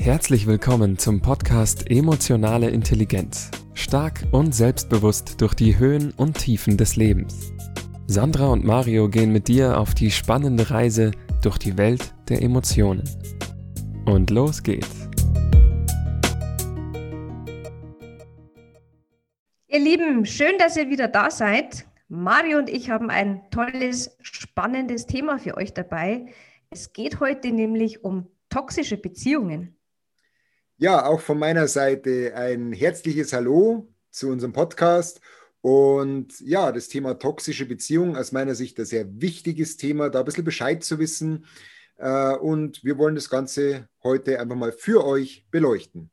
Herzlich willkommen zum Podcast Emotionale Intelligenz. Stark und selbstbewusst durch die Höhen und Tiefen des Lebens. Sandra und Mario gehen mit dir auf die spannende Reise durch die Welt der Emotionen. Und los geht's. Ihr Lieben, schön, dass ihr wieder da seid. Mario und ich haben ein tolles, spannendes Thema für euch dabei. Es geht heute nämlich um toxische Beziehungen. Ja, auch von meiner Seite ein herzliches Hallo zu unserem Podcast. Und ja, das Thema toxische Beziehungen aus meiner Sicht ein sehr wichtiges Thema, da ein bisschen Bescheid zu wissen. Und wir wollen das Ganze heute einfach mal für euch beleuchten.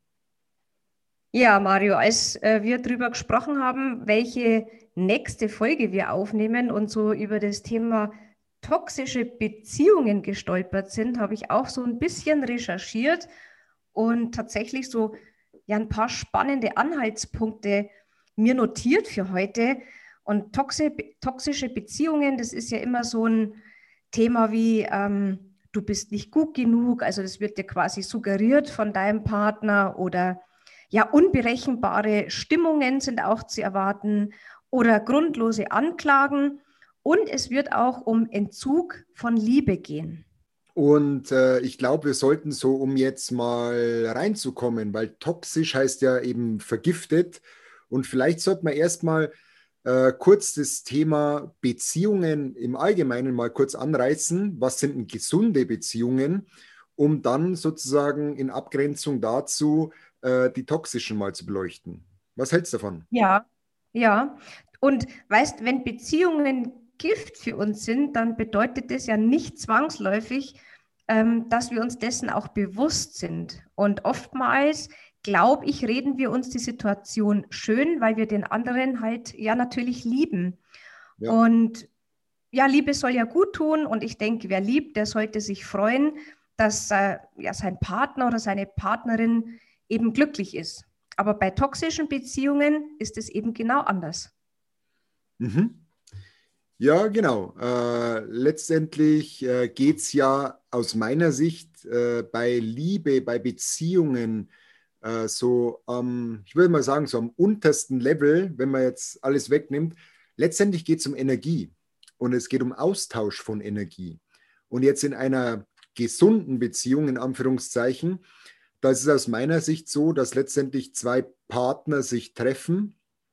Ja, Mario, als wir darüber gesprochen haben, welche nächste Folge wir aufnehmen und so über das Thema toxische Beziehungen gestolpert sind, habe ich auch so ein bisschen recherchiert und tatsächlich so ein paar spannende Anhaltspunkte mir notiert für heute. Und toxische Beziehungen, das ist ja immer so ein Thema wie du bist nicht gut genug, also das wird dir quasi suggeriert von deinem Partner, oder ja, unberechenbare Stimmungen sind auch zu erwarten oder grundlose Anklagen, und es wird auch um Entzug von Liebe gehen. Und ich glaube, wir sollten so, um jetzt mal reinzukommen, weil toxisch heißt ja eben vergiftet. Und vielleicht sollte man erstmal kurz das Thema Beziehungen im Allgemeinen mal kurz anreißen. Was sind denn gesunde Beziehungen? Um dann sozusagen in Abgrenzung dazu die toxischen mal zu beleuchten. Was hältst du davon? Ja, ja. Und weißt, wenn Beziehungen Gift für uns sind, dann bedeutet das ja nicht zwangsläufig, dass wir uns dessen auch bewusst sind. Und oftmals, glaube ich, reden wir uns die Situation schön, weil wir den anderen halt ja natürlich lieben. Ja. Und ja, Liebe soll ja gut tun, und ich denke, wer liebt, der sollte sich freuen, dass ja, sein Partner oder seine Partnerin eben glücklich ist. Aber bei toxischen Beziehungen ist es eben genau anders. Mhm. Ja, genau. Letztendlich geht es ja aus meiner Sicht bei Liebe, bei Beziehungen so ich würde mal sagen, so am untersten Level, wenn man jetzt alles wegnimmt. Letztendlich geht es um Energie und es geht um Austausch von Energie. Und jetzt in einer gesunden Beziehung, in Anführungszeichen, da ist es aus meiner Sicht so, dass letztendlich zwei Partner sich treffen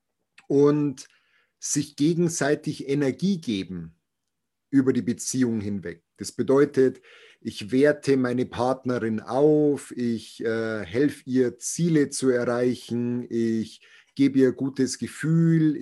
und sich gegenseitig Energie geben über die Beziehung hinweg. Das bedeutet, ich werte meine Partnerin auf, ich helfe ihr, Ziele zu erreichen, ich gebe ihr gutes Gefühl,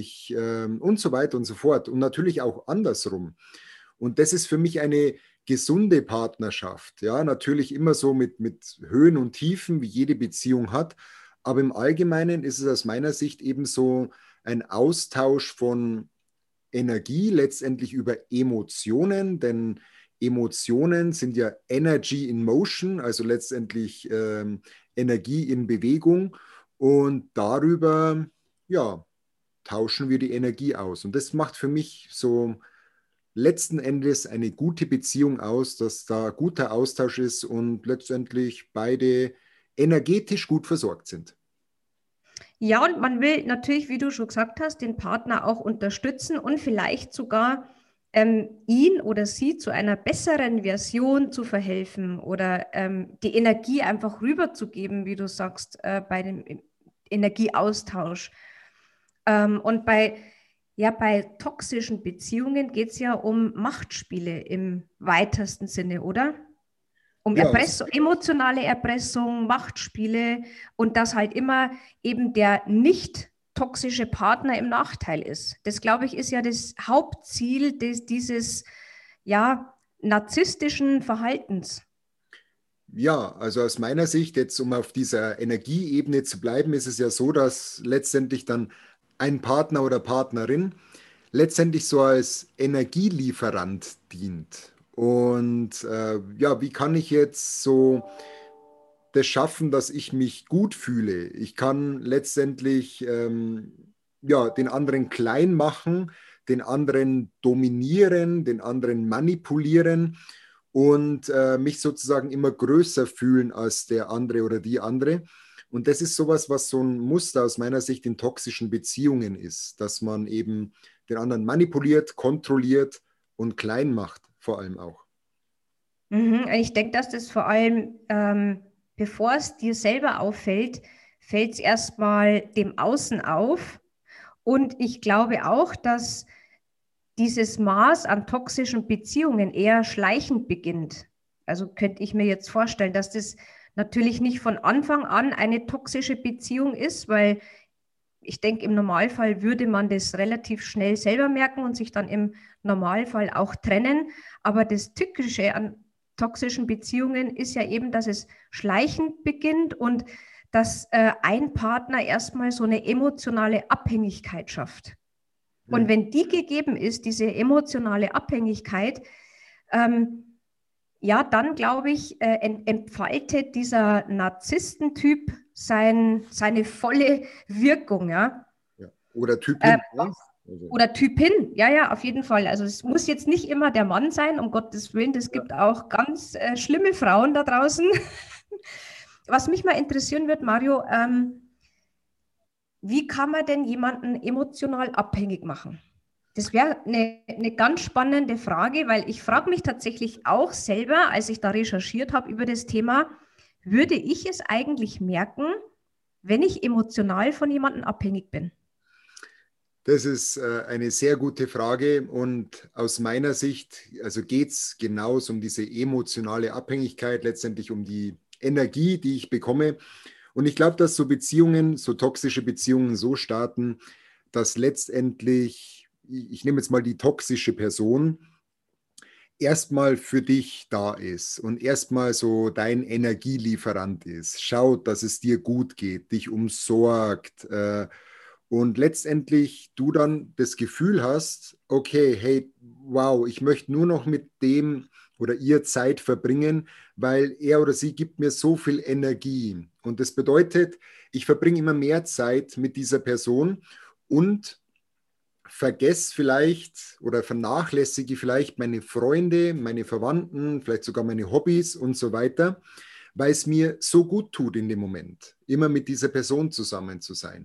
und so weiter und so fort. Und natürlich auch andersrum. Und das ist für mich eine gesunde Partnerschaft. Ja, natürlich immer so mit Höhen und Tiefen, wie jede Beziehung hat. Aber im Allgemeinen ist es aus meiner Sicht eben so ein Austausch von Energie, letztendlich über Emotionen, denn Emotionen sind ja Energy in Motion, also letztendlich Energie in Bewegung, und darüber, ja, tauschen wir die Energie aus. Und das macht für mich so letzten Endes eine gute Beziehung aus, dass da guter Austausch ist und letztendlich beide energetisch gut versorgt sind. Ja, und man will natürlich, wie du schon gesagt hast, den Partner auch unterstützen und vielleicht sogar ihn oder sie zu einer besseren Version zu verhelfen, oder die Energie einfach rüberzugeben, wie du sagst, bei dem Energieaustausch. Und bei toxischen Beziehungen geht es ja um Machtspiele im weitesten Sinne, oder? Um Ja, Erpressung, emotionale Erpressung, Machtspiele, und dass halt immer eben der nicht toxische Partner im Nachteil ist. Das, glaube ich, ist ja das Hauptziel dieses ja, narzisstischen Verhaltens. ja, also aus meiner Sicht, jetzt um auf dieser Energieebene zu bleiben, ist es ja so, dass letztendlich dann ein Partner oder Partnerin letztendlich so als Energielieferant dient. Und ja, wie kann ich jetzt so das schaffen, dass ich mich gut fühle? Ich kann letztendlich ja, den anderen klein machen, den anderen dominieren, den anderen manipulieren. und mich sozusagen immer größer fühlen als der andere oder die andere. Und das ist sowas, was so ein Muster aus meiner Sicht in toxischen Beziehungen ist, dass man eben den anderen manipuliert, kontrolliert und klein macht, vor allem auch. Ich denke, dass das vor allem, bevor es dir selber auffällt, fällt es erstmal dem Außen auf. Und ich glaube auch, dass dieses Maß an toxischen Beziehungen eher schleichend beginnt. Also könnte ich mir jetzt vorstellen, dass das natürlich nicht von Anfang an eine toxische Beziehung ist, weil ich denke, im Normalfall würde man das relativ schnell selber merken und sich dann im Normalfall auch trennen. Aber das Tückische an toxischen Beziehungen ist ja eben, dass es schleichend beginnt und dass ein Partner erstmal so eine emotionale Abhängigkeit schafft. Und wenn die gegeben ist, diese emotionale Abhängigkeit, ja, dann glaube ich, entfaltet dieser Narzisstentyp seine volle Wirkung, ja. Ja. Oder Typin. Oder Typin, ja, ja, auf jeden Fall. Also es muss jetzt nicht immer der Mann sein, um Gottes Willen. Es gibt auch ganz schlimme Frauen da draußen. Was mich mal interessieren wird, Mario, wie kann man denn jemanden emotional abhängig machen? Das wäre eine ganz spannende Frage, weil ich frage mich tatsächlich auch selber, als ich da recherchiert habe über das Thema, würde ich es eigentlich merken, wenn ich emotional von jemandem abhängig bin? Das ist eine sehr gute Frage und aus meiner Sicht, also geht es genauso um diese emotionale Abhängigkeit, letztendlich um die Energie, die ich bekomme. Und ich glaube, dass so Beziehungen, so toxische Beziehungen so starten, dass letztendlich, ich nehme jetzt mal die toxische Person, erstmal für dich da ist und erstmal so dein Energielieferant ist, schaut, dass es dir gut geht, dich umsorgt und letztendlich du dann das Gefühl hast, okay, hey, wow, ich möchte nur noch mit dem oder ihr Zeit verbringen, weil er oder sie gibt mir so viel Energie. Und das bedeutet, ich verbringe immer mehr Zeit mit dieser Person und vergesse vielleicht oder vernachlässige vielleicht meine Freunde, meine Verwandten, vielleicht sogar meine Hobbys und so weiter, weil es mir so gut tut in dem Moment, immer mit dieser Person zusammen zu sein.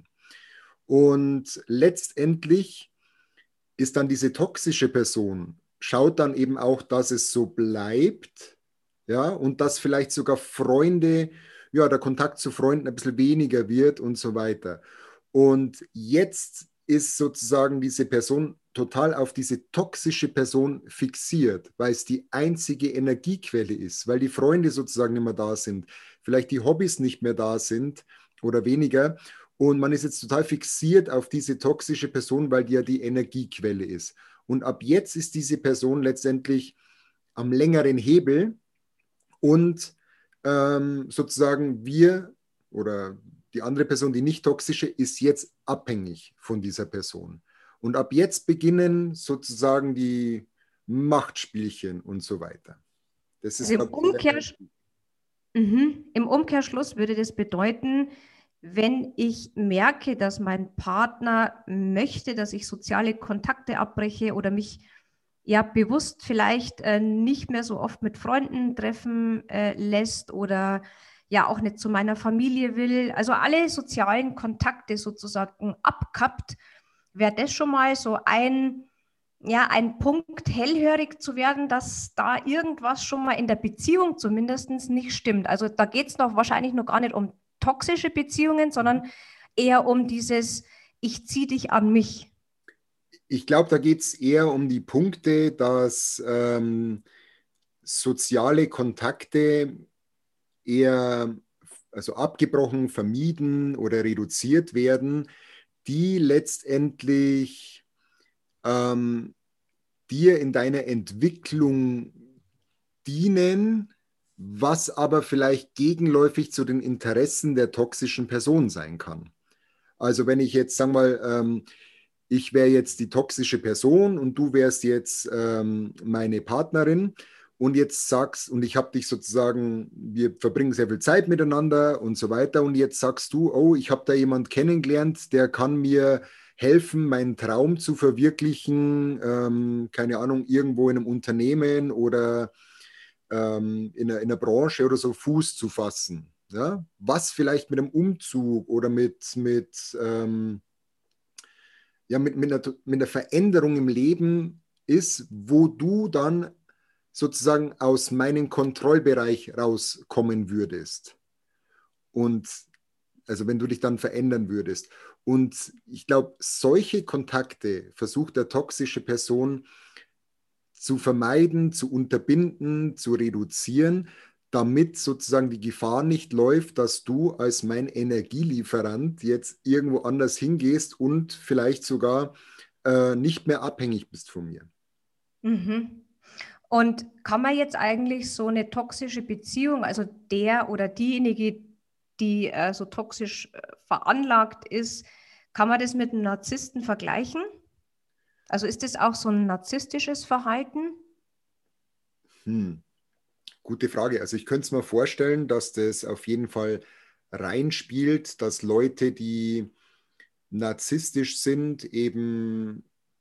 Und letztendlich ist dann diese toxische Person, schaut dann eben auch, dass es so bleibt, ja, und dass vielleicht sogar Freunde, ja, der Kontakt zu Freunden ein bisschen weniger wird und so weiter. Und jetzt ist sozusagen diese Person total auf diese toxische Person fixiert, weil es die einzige Energiequelle ist, weil die Freunde sozusagen nicht mehr da sind, vielleicht die Hobbys nicht mehr da sind oder weniger. Und man ist jetzt total fixiert auf diese toxische Person, weil die ja die Energiequelle ist. Und ab jetzt ist diese Person letztendlich am längeren Hebel und sozusagen wir oder die andere Person, die nicht toxische, ist jetzt abhängig von dieser Person. Und ab jetzt beginnen sozusagen die Machtspielchen und so weiter. Das ist, Also im Umkehrschluss würde das bedeuten, wenn ich merke, dass mein Partner möchte, dass ich soziale Kontakte abbreche oder mich ja bewusst vielleicht nicht mehr so oft mit Freunden treffen lässt oder ja auch nicht zu meiner Familie will, also alle sozialen Kontakte sozusagen abkappt, wäre das schon mal so ein Punkt, hellhörig zu werden, dass da irgendwas schon mal in der Beziehung zumindest nicht stimmt. Also da geht es noch wahrscheinlich noch gar nicht um toxische Beziehungen, sondern eher um dieses, ich ziehe dich an mich. Ich glaube, da geht es eher um die Punkte, dass soziale Kontakte eher also abgebrochen, vermieden oder reduziert werden, die letztendlich dir in deiner Entwicklung dienen, was aber vielleicht gegenläufig zu den Interessen der toxischen Person sein kann. Also wenn ich jetzt, sagen wir mal, ich wäre jetzt die toxische Person und du wärst jetzt meine Partnerin und jetzt sagst, und ich habe dich sozusagen, wir verbringen sehr viel Zeit miteinander und so weiter und jetzt sagst du, oh, ich habe da jemanden kennengelernt, der kann mir helfen, meinen Traum zu verwirklichen, keine Ahnung, irgendwo in einem Unternehmen oder in einer Branche oder so Fuß zu fassen. Ja? Was vielleicht mit einem Umzug oder mit einer Veränderung im Leben ist, wo du dann sozusagen aus meinem Kontrollbereich rauskommen würdest. Und also wenn du dich dann verändern würdest. Und ich glaube, solche Kontakte versucht der toxische Person zu vermeiden, zu unterbinden, zu reduzieren, damit sozusagen die Gefahr nicht läuft, dass du als mein Energielieferant jetzt irgendwo anders hingehst und vielleicht sogar nicht mehr abhängig bist von mir. Mhm. Und kann man jetzt eigentlich so eine toxische Beziehung, also der oder diejenige, die so toxisch veranlagt ist, kann man das mit einem Narzissten vergleichen? Also ist das auch so ein narzisstisches Verhalten? Gute Frage. Also ich könnte es mir vorstellen, dass das auf jeden Fall reinspielt, dass Leute, die narzisstisch sind, eben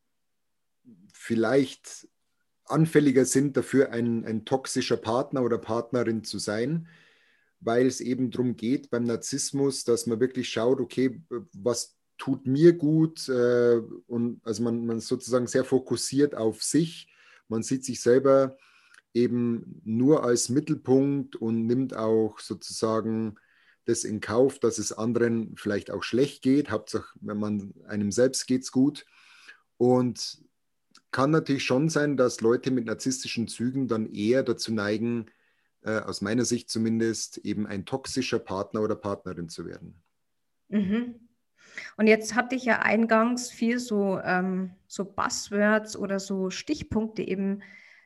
vielleicht anfälliger sind dafür, ein toxischer Partner oder Partnerin zu sein, weil es eben darum geht beim Narzissmus, dass man wirklich schaut, okay, was tut mir gut, und also man sozusagen sehr fokussiert auf sich, man sieht sich selber eben nur als Mittelpunkt und nimmt auch sozusagen das in Kauf, dass es anderen vielleicht auch schlecht geht. Hauptsache, wenn man einem selbst geht es gut. Und kann natürlich schon sein, dass Leute mit narzisstischen Zügen dann eher dazu neigen, aus meiner Sicht zumindest, eben ein toxischer Partner oder Partnerin zu werden. Mhm. Und jetzt hatte ich ja eingangs viel so Buzzwords oder so Stichpunkte eben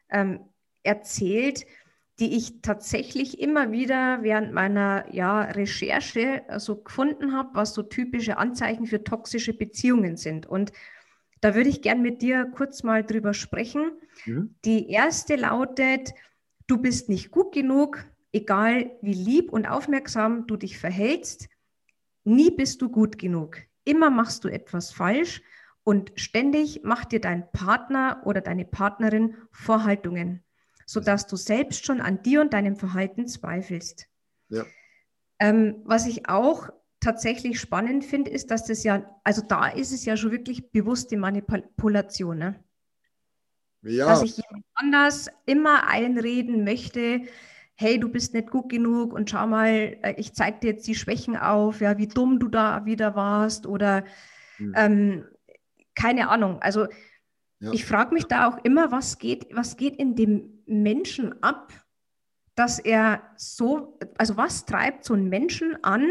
erzählt, die ich tatsächlich immer wieder während meiner Recherche so gefunden habe, was so typische Anzeichen für toxische Beziehungen sind. Und da würde ich gern mit dir kurz mal drüber sprechen. Mhm. Die erste lautet, du bist nicht gut genug, egal wie lieb und aufmerksam du dich verhältst. Nie bist du gut genug. Immer machst du etwas falsch und ständig macht dir dein Partner oder deine Partnerin Vorhaltungen, sodass du selbst schon an dir und deinem Verhalten zweifelst. Ja. Was ich auch tatsächlich spannend finde, ist, dass das ja, also da ist es ja schon wirklich bewusste Manipulation, ne? Dass Ja, ich jemand anders immer einreden möchte, hey, du bist nicht gut genug und schau mal, ich zeige dir jetzt die Schwächen auf, ja, wie dumm du da wieder warst oder ähm, keine Ahnung. Also ja. ich frage mich da auch immer, was geht in dem Menschen ab, dass er so, also was treibt so einen Menschen an,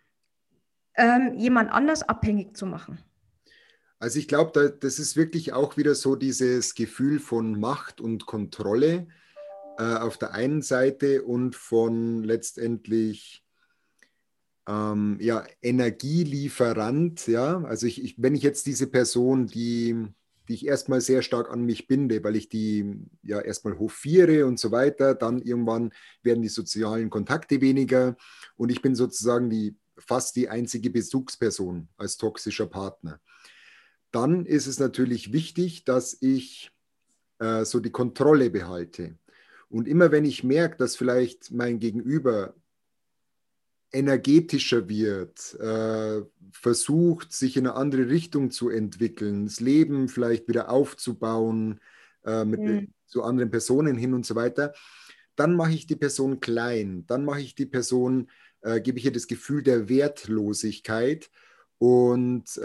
jemand anders abhängig zu machen? Also ich glaube, das ist wirklich auch wieder so dieses Gefühl von Macht und Kontrolle auf der einen Seite und von letztendlich Energielieferant. Ja? Also wenn ich jetzt diese Person, die ich erstmal sehr stark an mich binde, weil ich die ja erstmal hofiere und so weiter, dann irgendwann werden die sozialen Kontakte weniger und ich bin sozusagen fast die einzige Bezugsperson als toxischer Partner. Dann ist es natürlich wichtig, dass ich so die Kontrolle behalte. Und immer wenn ich merke, dass vielleicht mein Gegenüber energetischer wird, versucht, sich in eine andere Richtung zu entwickeln, das Leben vielleicht wieder aufzubauen, zu anderen Personen hin und so weiter, dann mache ich die Person klein, dann mache ich die Person, gebe ich ihr das Gefühl der Wertlosigkeit und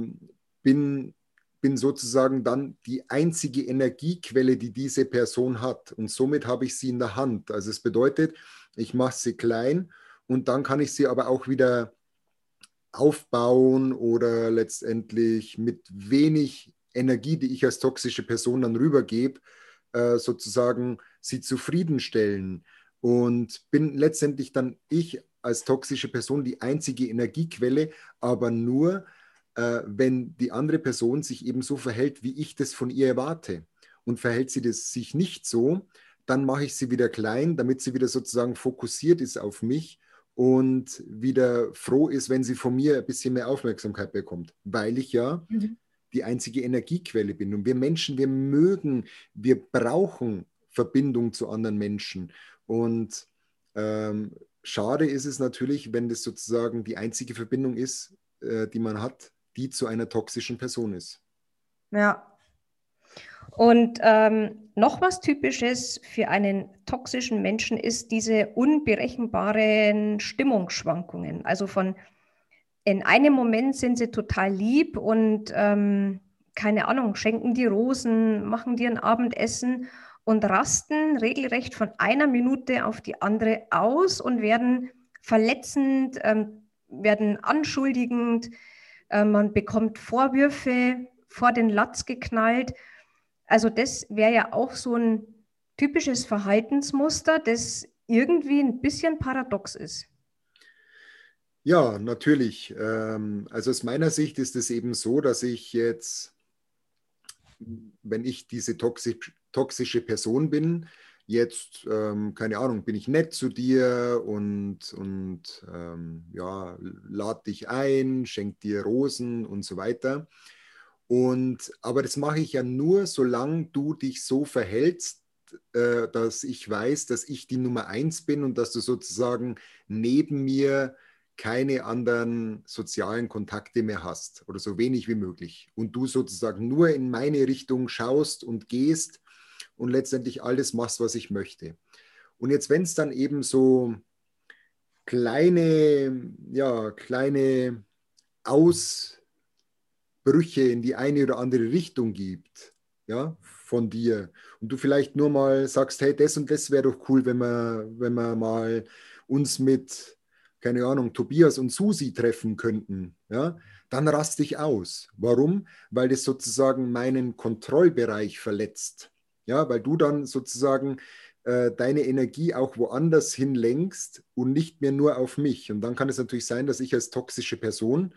bin sozusagen dann die einzige Energiequelle, die diese Person hat. Und somit habe ich sie in der Hand. Also es bedeutet, ich mache sie klein und dann kann ich sie aber auch wieder aufbauen oder letztendlich mit wenig Energie, die ich als toxische Person dann rübergebe, sozusagen sie zufriedenstellen. Und bin letztendlich dann ich als toxische Person die einzige Energiequelle, aber nur, wenn die andere Person sich eben so verhält, wie ich das von ihr erwarte. Und verhält sie das sich nicht so, dann mache ich sie wieder klein, damit sie wieder sozusagen fokussiert ist auf mich und wieder froh ist, wenn sie von mir ein bisschen mehr Aufmerksamkeit bekommt, weil ich ja Mhm. die einzige Energiequelle bin. Und wir Menschen, wir brauchen Verbindung zu anderen Menschen. Und schade ist es natürlich, wenn das sozusagen die einzige Verbindung ist, die man hat, die zu einer toxischen Person ist. Ja. Und noch was Typisches für einen toxischen Menschen ist diese unberechenbaren Stimmungsschwankungen. Also in einem Moment sind sie total lieb und keine Ahnung, schenken dir Rosen, machen dir ein Abendessen und rasten regelrecht von einer Minute auf die andere aus und werden verletzend, werden anschuldigend, man bekommt Vorwürfe vor den Latz geknallt. Also das wäre ja auch so ein typisches Verhaltensmuster, das irgendwie ein bisschen paradox ist. Ja, natürlich. Also aus meiner Sicht ist es eben so, dass ich jetzt, wenn ich diese toxische Person bin, jetzt, keine Ahnung, bin ich nett zu dir und ja, lade dich ein, schenk dir Rosen und so weiter. Aber das mache ich ja nur, solange du dich so verhältst, dass ich weiß, dass ich die Nummer eins bin und dass du sozusagen neben mir keine anderen sozialen Kontakte mehr hast oder so wenig wie möglich. Und du sozusagen nur in meine Richtung schaust und gehst und letztendlich alles machst, was ich möchte. Und jetzt, wenn es dann eben so kleine Ausbrüche in die eine oder andere Richtung gibt, ja, von dir, und du vielleicht nur mal sagst, hey, das und das wäre doch cool, wenn wir mal uns mit, keine Ahnung, Tobias und Susi treffen könnten, ja, dann raste ich aus. Warum? Weil das sozusagen meinen Kontrollbereich verletzt. Ja, weil du dann sozusagen deine Energie auch woanders hinlenkst und nicht mehr nur auf mich. Und dann kann es natürlich sein, dass ich als toxische Person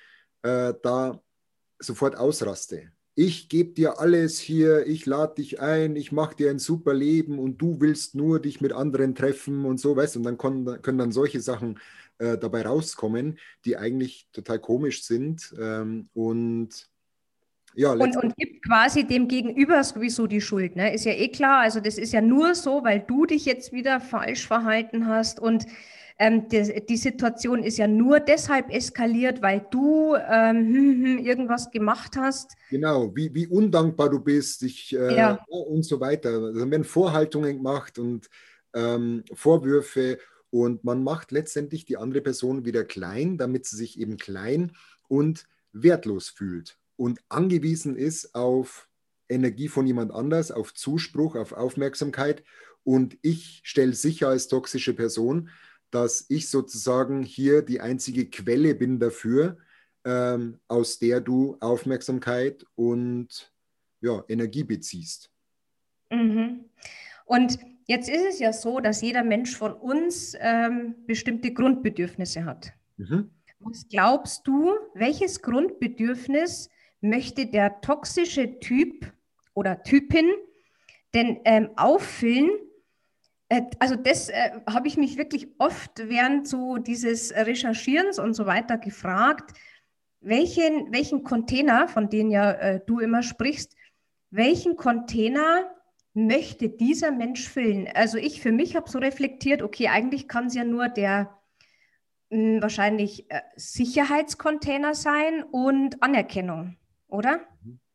da sofort ausraste. Ich gebe dir alles hier, ich lade dich ein, ich mache dir ein super Leben und du willst nur dich mit anderen treffen und so, weißt du, und dann können dann solche Sachen dabei rauskommen, die eigentlich total komisch sind und ja, Und gibt quasi dem Gegenüber sowieso die Schuld, ne? Ist ja eh klar, also das ist ja nur so, weil du dich jetzt wieder falsch verhalten hast und die Situation ist ja nur deshalb eskaliert, weil du irgendwas gemacht hast. genau, wie undankbar du bist Ja. und so weiter. Also dann werden Vorhaltungen gemacht und Vorwürfe und man macht letztendlich die andere Person wieder klein, damit sie sich eben klein und wertlos fühlt und angewiesen ist auf Energie von jemand anders, auf Zuspruch, auf Aufmerksamkeit. Und ich stelle sicher als toxische Person, dass ich sozusagen hier die einzige Quelle bin dafür, aus der du Aufmerksamkeit und ja, Energie beziehst. Mhm. Und jetzt ist es ja so, dass jeder Mensch von uns bestimmte Grundbedürfnisse hat. Mhm. Was glaubst du, welches Grundbedürfnis möchte der toxische Typ oder Typin denn auffüllen? Also das habe ich mich wirklich oft während so dieses Recherchierens und so weiter gefragt, welchen Container, von denen ja du immer sprichst, welchen Container möchte dieser Mensch füllen? Also ich für mich habe so reflektiert, okay, eigentlich kann es ja nur der wahrscheinlich Sicherheitscontainer sein und Anerkennung, oder?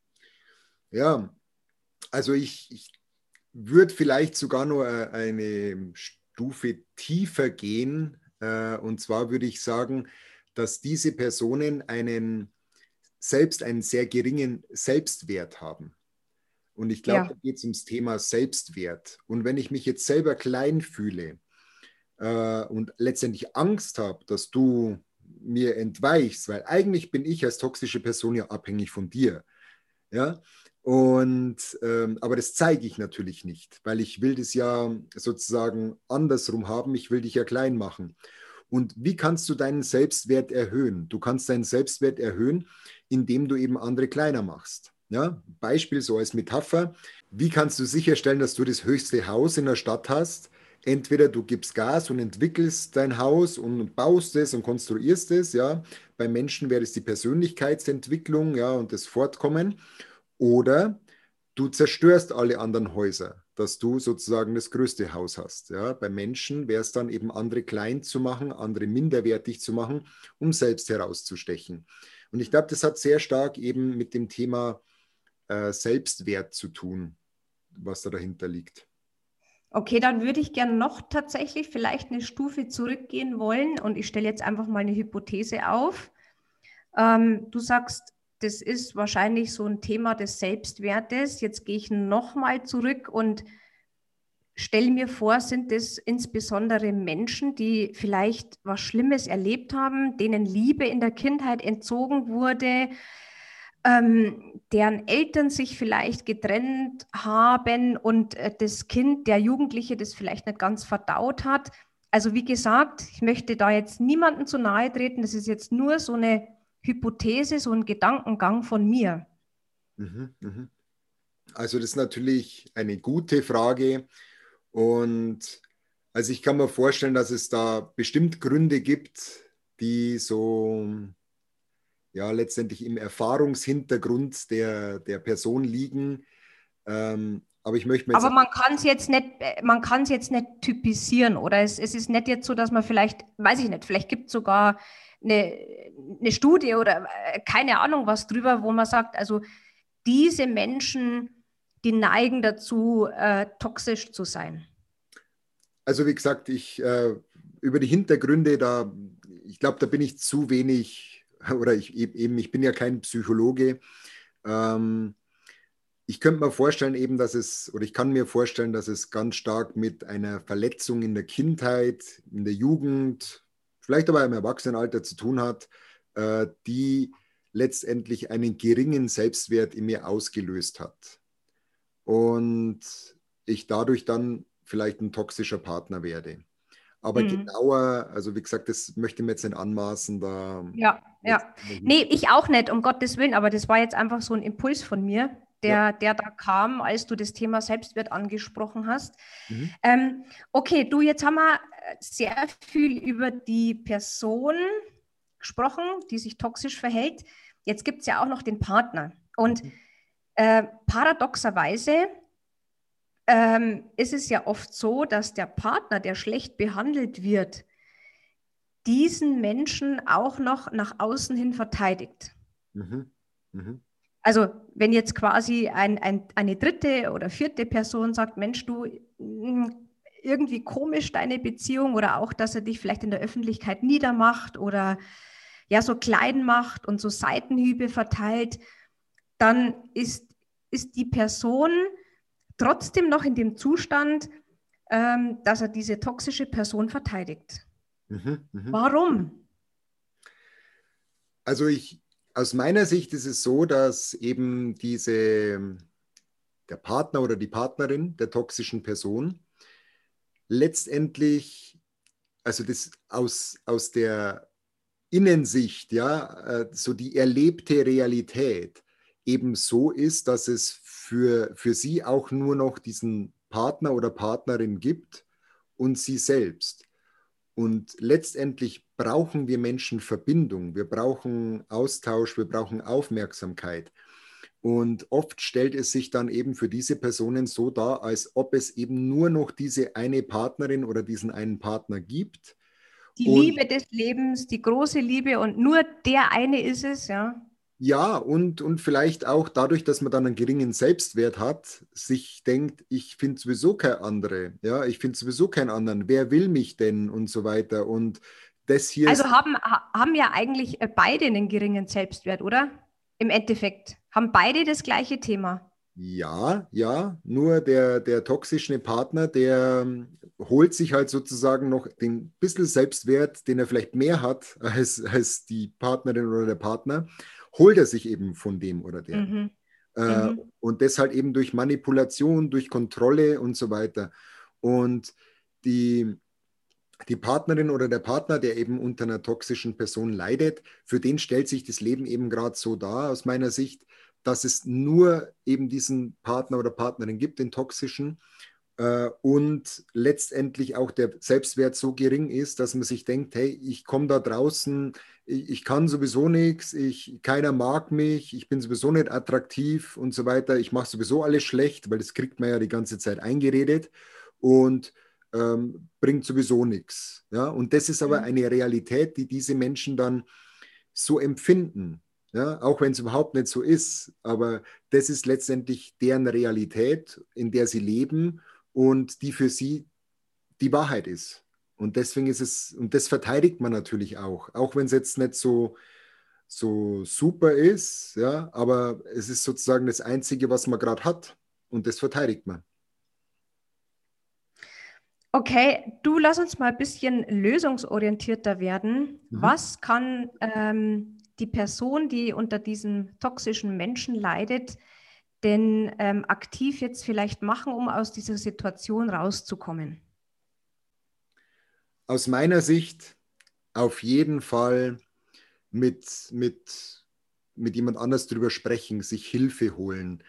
Ja, also ich würde vielleicht sogar nur eine Stufe tiefer gehen. Und zwar würde ich sagen, dass diese Personen selbst einen sehr geringen Selbstwert haben. Und ich glaube, Ja. da geht es ums Thema Selbstwert. Und wenn ich mich jetzt selber klein fühle und letztendlich Angst habe, dass du mir entweichst, weil eigentlich bin ich als toxische Person ja abhängig von dir. Ja, aber das zeige ich natürlich nicht, weil ich will das ja sozusagen andersrum haben. Ich will dich ja klein machen. Und wie kannst du deinen Selbstwert erhöhen? Du kannst deinen Selbstwert erhöhen, indem du eben andere kleiner machst. Ja, Beispiel so als Metapher. Wie kannst du sicherstellen, dass du das höchste Haus in der Stadt hast? Entweder du gibst Gas und entwickelst dein Haus und baust es und konstruierst es. Ja, bei Menschen wäre es die Persönlichkeitsentwicklung, ja, und das Fortkommen. Oder du zerstörst alle anderen Häuser. dass du sozusagen das größte Haus hast. Ja? Bei Menschen wäre es dann eben, andere klein zu machen, andere minderwertig zu machen, um selbst herauszustechen. Und ich glaube, das hat sehr stark eben mit dem Thema Selbstwert zu tun, was da dahinter liegt. Okay, dann würde ich gerne noch tatsächlich vielleicht eine Stufe zurückgehen wollen und ich stelle jetzt einfach mal eine Hypothese auf. Du sagst, das ist wahrscheinlich so ein Thema des Selbstwertes. Jetzt gehe ich nochmal zurück und stelle mir vor, sind es insbesondere Menschen, die vielleicht was Schlimmes erlebt haben, denen Liebe in der Kindheit entzogen wurde, deren Eltern sich vielleicht getrennt haben und das Kind, der Jugendliche, das vielleicht nicht ganz verdaut hat. Also wie gesagt, ich möchte da jetzt niemandem zu nahe treten. Das ist jetzt nur so eine Hypothese, so ein Gedankengang von mir. Also das ist natürlich eine gute Frage und also ich kann mir vorstellen, dass es da bestimmt Gründe gibt, die so ja letztendlich im Erfahrungshintergrund der Person liegen. Aber ich möchte mir jetzt... Aber man kann es jetzt nicht typisieren, oder? Es ist nicht jetzt so, dass man vielleicht, weiß ich nicht, vielleicht gibt es sogar eine Studie oder keine Ahnung was drüber, wo man sagt, also diese Menschen, die neigen dazu, toxisch zu sein. Also wie gesagt, über die Hintergründe, ich glaube, da bin ich zu wenig, oder ich bin ja kein Psychologe. Ich könnte mir vorstellen eben, ich kann mir vorstellen, dass es ganz stark mit einer Verletzung in der Kindheit, in der Jugend, vielleicht aber im Erwachsenenalter zu tun hat, die letztendlich einen geringen Selbstwert in mir ausgelöst hat. Und ich dadurch dann vielleicht ein toxischer Partner werde. Aber genauer, also wie gesagt, das möchte ich mir jetzt nicht anmaßen. Ja. Nee, ich auch nicht, um Gottes Willen, aber das war jetzt einfach so ein Impuls von mir, der da kam, als du das Thema Selbstwert angesprochen hast. Okay, du, jetzt haben wir sehr viel über die Person gesprochen, die sich toxisch verhält. Jetzt gibt es ja auch noch den Partner. Und paradoxerweise ist es ja oft so, dass der Partner, der schlecht behandelt wird, diesen Menschen auch noch nach außen hin verteidigt. Also wenn jetzt quasi eine dritte oder vierte Person sagt, Mensch, du, irgendwie komisch deine Beziehung oder auch, dass er dich vielleicht in der Öffentlichkeit niedermacht oder ja so klein macht und so Seitenhiebe verteilt, dann ist die Person trotzdem noch in dem Zustand, dass er diese toxische Person verteidigt. Warum? Also aus meiner Sicht ist es so, dass eben der Partner oder die Partnerin der toxischen Person letztendlich, also das aus der Innensicht, ja, so die erlebte Realität eben so ist, dass es für sie auch nur noch diesen Partner oder Partnerin gibt und sie selbst. Und letztendlich brauchen wir Menschen Verbindung, wir brauchen Austausch, wir brauchen Aufmerksamkeit. Und oft stellt es sich dann eben für diese Personen so dar, als ob es eben nur noch diese eine Partnerin oder diesen einen Partner gibt. Die Liebe des Lebens, die große Liebe und nur der eine ist es, ja. Ja, und vielleicht auch dadurch, dass man dann einen geringen Selbstwert hat, sich denkt, ich finde sowieso keine andere, ja, ich finde sowieso keinen anderen, wer will mich denn und so weiter. Und das hier also haben ja eigentlich beide einen geringen Selbstwert, oder? Im Endeffekt. Haben beide das gleiche Thema. Ja, nur der toxische Partner, der holt sich halt sozusagen noch den bisschen Selbstwert, den er vielleicht mehr hat als die Partnerin oder der Partner, holt er sich eben von dem oder der. Und das halt eben durch Manipulation, durch Kontrolle und so weiter. Und die Partnerin oder der Partner, der eben unter einer toxischen Person leidet, für den stellt sich das Leben eben gerade so dar, aus meiner Sicht, dass es nur eben diesen Partner oder Partnerin gibt, den toxischen, und letztendlich auch der Selbstwert so gering ist, dass man sich denkt, hey, ich komme da draußen, ich kann sowieso nichts, keiner mag mich, ich bin sowieso nicht attraktiv und so weiter, ich mache sowieso alles schlecht, weil das kriegt man ja die ganze Zeit eingeredet und bringt sowieso nichts. Ja? Und das ist aber eine Realität, die diese Menschen dann so empfinden. Ja, auch wenn es überhaupt nicht so ist, aber das ist letztendlich deren Realität, in der sie leben und die für sie die Wahrheit ist. Und deswegen ist es, und das verteidigt man natürlich auch wenn es jetzt nicht so super ist, ja, aber es ist sozusagen das Einzige, was man gerade hat und das verteidigt man. Okay, du lass uns mal ein bisschen lösungsorientierter werden. Was kann die Person, die unter diesem toxischen Menschen leidet, denn aktiv jetzt vielleicht machen, um aus dieser Situation rauszukommen? Aus meiner Sicht auf jeden Fall mit jemand anders drüber sprechen, sich Hilfe holen,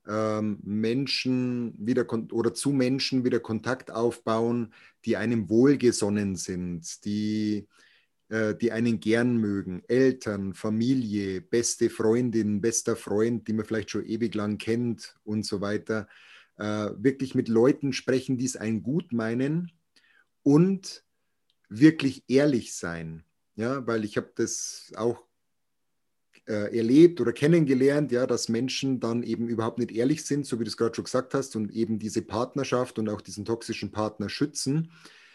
Menschen wieder oder zu Menschen wieder Kontakt aufbauen, die einem wohlgesonnen sind, die einen gern mögen, Eltern, Familie, beste Freundin, bester Freund, die man vielleicht schon ewig lang kennt und so weiter. Wirklich mit Leuten sprechen, die es einen gut meinen und wirklich ehrlich sein. Ja, weil ich habe das auch erlebt oder kennengelernt, ja, dass Menschen dann eben überhaupt nicht ehrlich sind, so wie du es gerade schon gesagt hast, und eben diese Partnerschaft und auch diesen toxischen Partner schützen.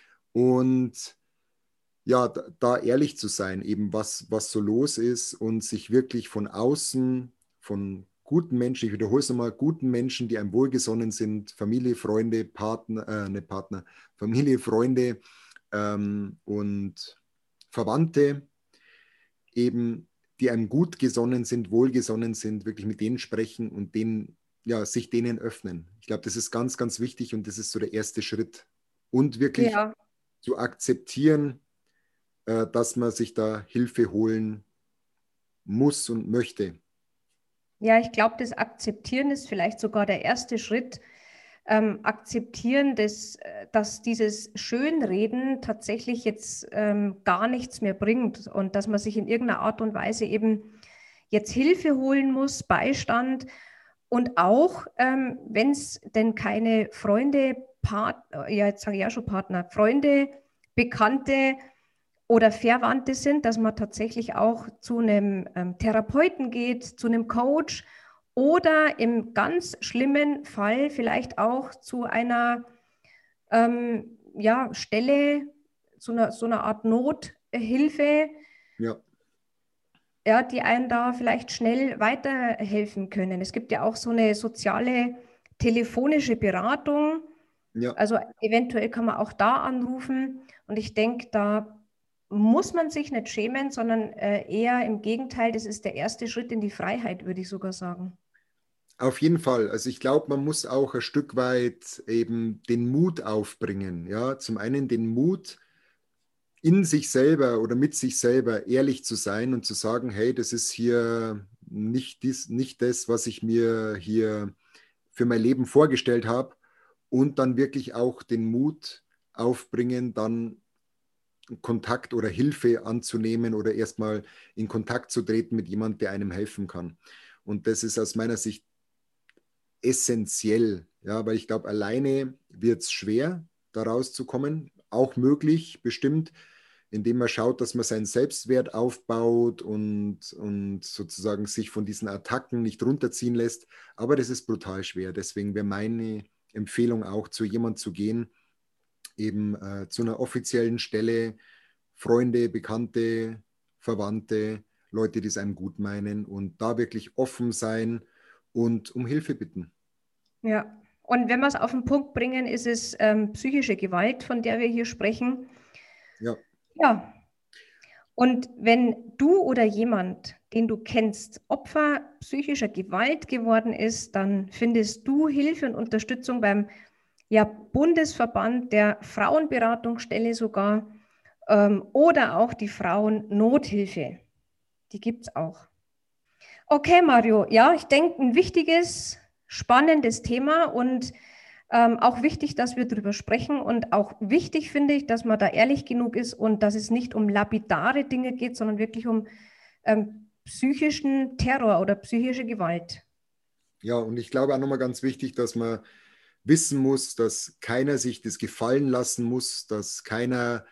Und ja, da ehrlich zu sein, eben was so los ist und sich wirklich von außen, von guten Menschen, ich wiederhole es nochmal, guten Menschen, die einem wohlgesonnen sind, Familie, Freunde, nicht Partner, Familie, Freunde und Verwandte, eben, die einem gut gesonnen sind, wohlgesonnen sind, wirklich mit denen sprechen und denen, ja, sich denen öffnen. Ich glaube, das ist ganz, ganz wichtig und das ist so der erste Schritt. Und wirklich Ja. zu akzeptieren, dass man sich da Hilfe holen muss und möchte. Ja, ich glaube, das Akzeptieren ist vielleicht sogar der erste Schritt. Akzeptieren, dass dieses Schönreden tatsächlich jetzt gar nichts mehr bringt und dass man sich in irgendeiner Art und Weise eben jetzt Hilfe holen muss, Beistand und auch, wenn es denn keine Freunde, ja, jetzt sage ich ja schon Partner, Freunde, Bekannte oder Verwandte sind, dass man tatsächlich auch zu einem Therapeuten geht, zu einem Coach oder im ganz schlimmen Fall vielleicht auch zu einer ja, Stelle, so einer Art Nothilfe, Ja, ja, die einen da vielleicht schnell weiterhelfen können. Es gibt ja auch so eine soziale telefonische Beratung. ja. Also eventuell kann man auch da anrufen. Und ich denke, da muss man sich nicht schämen, sondern eher im Gegenteil, das ist der erste Schritt in die Freiheit, würde ich sogar sagen. Auf jeden Fall. Also ich glaube, man muss auch ein Stück weit eben den Mut aufbringen. Ja, zum einen den Mut, in sich selber oder mit sich selber ehrlich zu sein und zu sagen, hey, das ist hier nicht das, was ich mir hier für mein Leben vorgestellt habe. Und dann wirklich auch den Mut aufbringen, dann Kontakt oder Hilfe anzunehmen oder erstmal in Kontakt zu treten mit jemandem, der einem helfen kann. Und das ist aus meiner Sicht essentiell, ja, weil ich glaube, alleine wird es schwer, da rauszukommen. Auch möglich, bestimmt, indem man schaut, dass man seinen Selbstwert aufbaut und sozusagen sich von diesen Attacken nicht runterziehen lässt. Aber das ist brutal schwer. Deswegen wäre meine Empfehlung auch, zu jemandem zu gehen, eben zu einer offiziellen Stelle, Freunde, Bekannte, Verwandte, Leute, die es einem gut meinen und da wirklich offen sein und um Hilfe bitten. Ja, und wenn wir es auf den Punkt bringen, ist es psychische Gewalt, von der wir hier sprechen. Ja, Ja, und wenn du oder jemand, den du kennst, Opfer psychischer Gewalt geworden ist, dann findest du Hilfe und Unterstützung beim Bundesverband der Frauenberatungsstelle sogar oder auch die Frauennothilfe. Die gibt es auch. Okay, Mario, ja, ich denke, ein wichtiges, spannendes Thema und Auch wichtig, dass wir darüber sprechen und auch wichtig finde ich, dass man da ehrlich genug ist und dass es nicht um lapidare Dinge geht, sondern wirklich um psychischen Terror oder psychische Gewalt. Ja, und ich glaube auch nochmal ganz wichtig, dass man wissen muss, dass keiner sich das gefallen lassen muss, dass keiner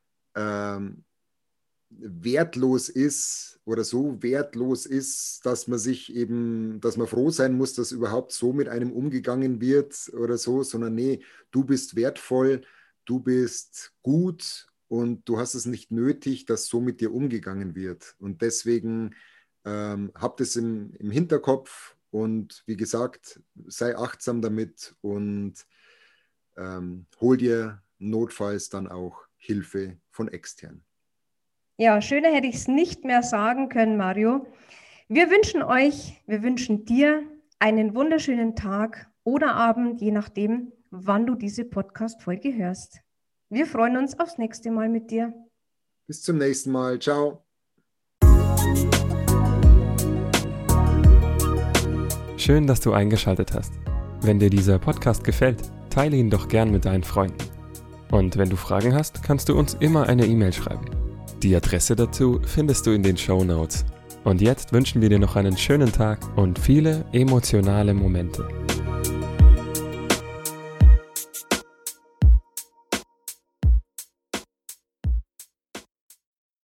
wertlos ist oder so wertlos ist, dass man froh sein muss, dass überhaupt so mit einem umgegangen wird oder so, sondern nee, du bist wertvoll, du bist gut und du hast es nicht nötig, dass so mit dir umgegangen wird. Und deswegen habt es im Hinterkopf und wie gesagt, sei achtsam damit und hol dir notfalls dann auch Hilfe von extern. Ja, schöner hätte ich es nicht mehr sagen können, Mario. Wir wünschen dir einen wunderschönen Tag oder Abend, je nachdem, wann du diese Podcast-Folge hörst. Wir freuen uns aufs nächste Mal mit dir. Bis zum nächsten Mal. Ciao. Schön, dass du eingeschaltet hast. Wenn dir dieser Podcast gefällt, teile ihn doch gern mit deinen Freunden. Und wenn du Fragen hast, kannst du uns immer eine E-Mail schreiben. Die Adresse dazu findest du in den Shownotes. Und jetzt wünschen wir dir noch einen schönen Tag und viele emotionale Momente.